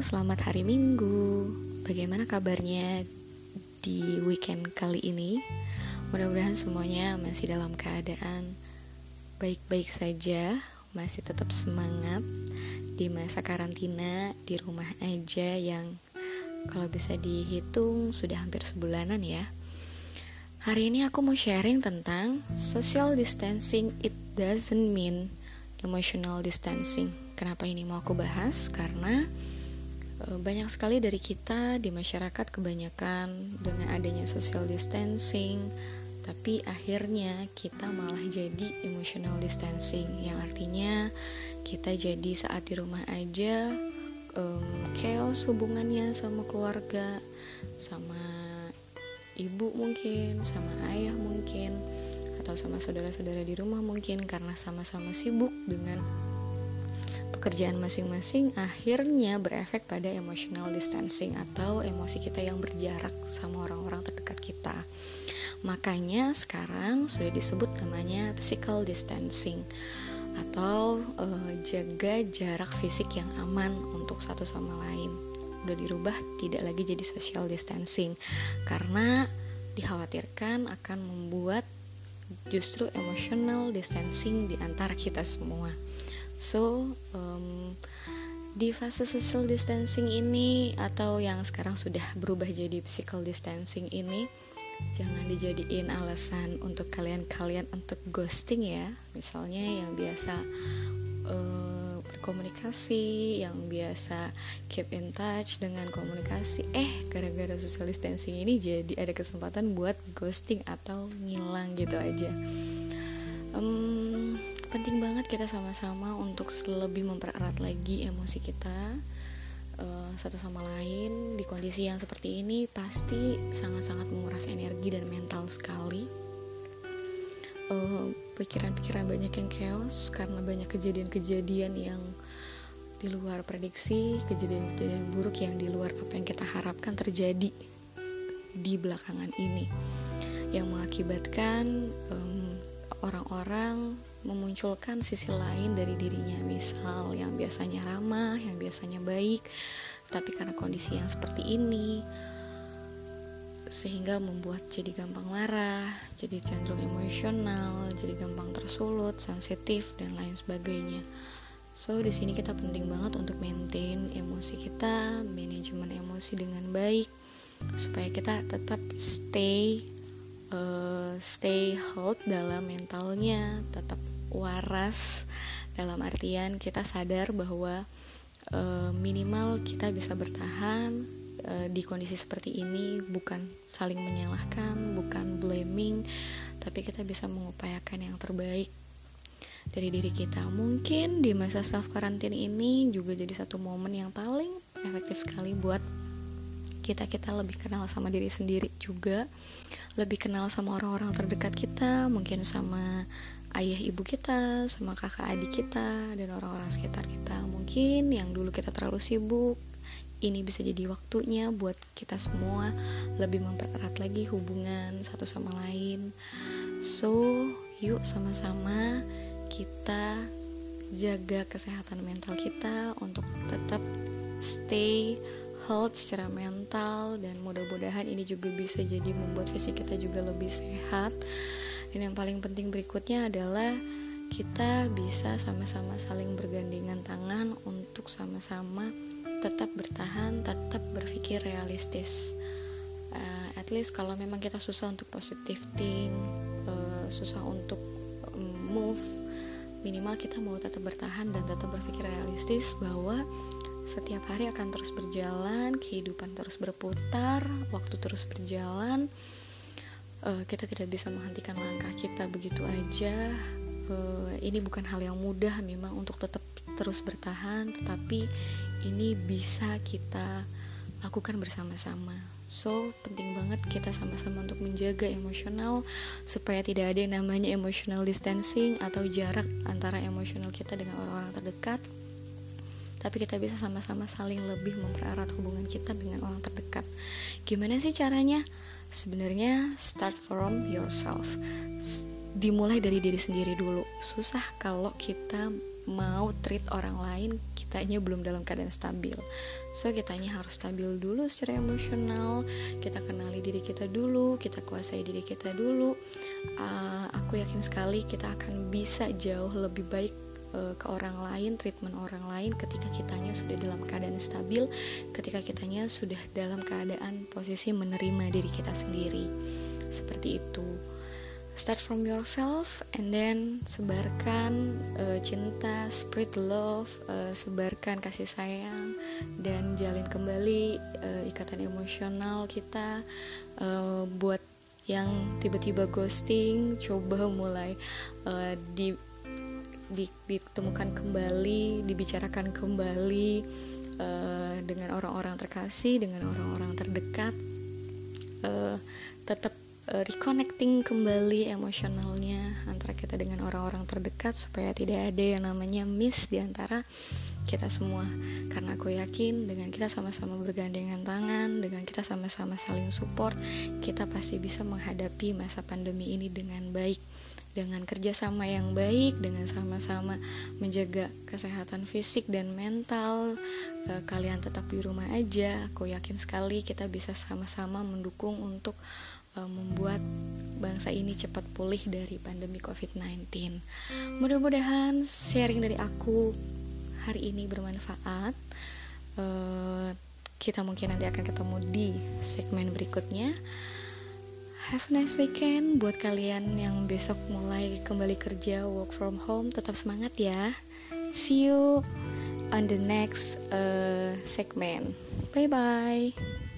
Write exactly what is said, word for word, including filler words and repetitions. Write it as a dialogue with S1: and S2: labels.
S1: selamat hari Minggu. Bagaimana kabarnya di weekend kali ini? Mudah-mudahan semuanya masih dalam keadaan baik-baik saja, masih tetap semangat di masa karantina di rumah aja yang kalau bisa dihitung sudah hampir sebulanan ya. Hari ini aku mau sharing tentang social distancing it doesn't mean emotional distancing. Kenapa ini mau aku bahas? Karena e, banyak sekali dari kita di masyarakat kebanyakan dengan adanya social distancing, tapi akhirnya kita malah jadi emotional distancing, yang artinya kita jadi saat di rumah aja um, chaos hubungannya sama keluarga, sama ibu mungkin, sama ayah mungkin, atau sama saudara-saudara di rumah mungkin, karena sama-sama sibuk dengan pekerjaan masing-masing, akhirnya berefek pada emotional distancing atau emosi kita yang berjarak sama orang-orang terdekat kita. Makanya sekarang sudah disebut namanya physical distancing atau uh, jaga jarak fisik yang aman untuk satu sama lain. Udah dirubah tidak lagi jadi social distancing karena dikhawatirkan akan membuat justru emotional distancing di antara kita semua. So, um, di fase social distancing ini atau yang sekarang sudah berubah jadi physical distancing ini, jangan dijadiin alasan untuk kalian-kalian untuk ghosting ya. Misalnya yang biasa uh, berkomunikasi, yang biasa keep in touch dengan komunikasi, eh gara-gara social distancing ini jadi ada kesempatan buat ghosting atau ngilang gitu aja. Um, penting banget kita sama-sama untuk lebih mempererat lagi emosi kita uh, satu sama lain. Di kondisi yang seperti ini pasti sangat-sangat menguras energi dan mental sekali. uh, pikiran-pikiran banyak yang chaos karena banyak kejadian-kejadian yang di luar prediksi, kejadian-kejadian buruk yang di luar apa yang kita harapkan terjadi di belakangan ini, yang mengakibatkan um, orang-orang memunculkan sisi lain dari dirinya. Misal yang biasanya ramah, yang biasanya baik, tapi karena kondisi yang seperti ini sehingga membuat jadi gampang marah, jadi cenderung emosional, jadi gampang tersulut, sensitif dan lain sebagainya. So di sini kita penting banget untuk maintain emosi kita, manajemen emosi dengan baik supaya kita tetap stay uh, stay health dalam mentalnya, tetap waras dalam artian kita sadar bahwa e, minimal kita bisa bertahan e, di kondisi seperti ini, bukan saling menyalahkan, bukan blaming, tapi kita bisa mengupayakan yang terbaik dari diri kita. Mungkin di masa self quarantine ini juga jadi satu momen yang paling efektif sekali buat kita-kita lebih kenal sama diri sendiri juga, lebih kenal sama orang-orang terdekat kita, mungkin sama ayah ibu kita, sama kakak adik kita, dan orang-orang sekitar kita. Mungkin yang dulu kita terlalu sibuk, ini bisa jadi waktunya buat kita semua lebih mempererat lagi hubungan satu sama lain. So, yuk sama-sama kita jaga kesehatan mental kita untuk tetap stay health secara mental, dan mudah-mudahan ini juga bisa jadi membuat fisik kita juga lebih sehat. Dan yang paling penting berikutnya adalah kita bisa sama-sama saling bergandengan tangan untuk sama-sama tetap bertahan, tetap berpikir realistis. Uh, at least kalau memang kita susah untuk positive think, uh, susah untuk um, move, minimal kita mau tetap bertahan dan tetap berpikir realistis bahwa setiap hari akan terus berjalan, kehidupan terus berputar, waktu terus berjalan. Uh, kita tidak bisa menghentikan langkah kita begitu aja. Uh, ini bukan hal yang mudah memang untuk tetap terus bertahan, tetapi ini bisa kita lakukan bersama-sama. So, penting banget kita sama-sama untuk menjaga emosional supaya tidak ada yang namanya emotional distancing atau jarak antara emosional kita dengan orang-orang terdekat. Tapi kita bisa sama-sama saling lebih mempererat hubungan kita dengan orang terdekat. Gimana sih caranya? Sebenarnya start from yourself. Dimulai dari diri sendiri dulu. Susah kalau kita mau treat orang lain, kitanya belum dalam keadaan stabil. So kitanya harus stabil dulu secara emosional, kita kenali diri kita dulu, kita kuasai diri kita dulu. uh, Aku yakin sekali kita akan bisa jauh lebih baik uh, ke orang lain, treatment orang lain ketika kitanya sudah dalam keadaan stabil, ketika kitanya sudah dalam keadaan posisi menerima diri kita sendiri. Seperti itu. Start from yourself and then sebarkan uh, cinta, spread love, uh, sebarkan kasih sayang dan jalin kembali uh, ikatan emosional kita. Uh, buat yang tiba-tiba ghosting, coba mulai uh, di, di, ditemukan kembali, dibicarakan kembali uh, dengan orang-orang terkasih, dengan orang-orang terdekat. Uh, tetap reconnecting kembali emosionalnya antara kita dengan orang-orang terdekat supaya tidak ada yang namanya miss di antara kita semua. Karena aku yakin dengan kita sama-sama bergandengan tangan, dengan kita sama-sama saling support, kita pasti bisa menghadapi masa pandemi ini dengan baik, dengan kerjasama yang baik, dengan sama-sama menjaga kesehatan fisik dan mental. E, kalian tetap di rumah aja. Aku yakin sekali kita bisa sama-sama mendukung untuk membuat bangsa ini cepat pulih dari pandemi covid sembilan belas. Mudah-mudahan sharing dari aku hari ini bermanfaat. uh, Kita mungkin nanti akan ketemu di segmen berikutnya. Have a nice weekend. Buat kalian yang besok mulai kembali kerja work from home, tetap semangat ya. See you on the next uh, segment. Bye bye.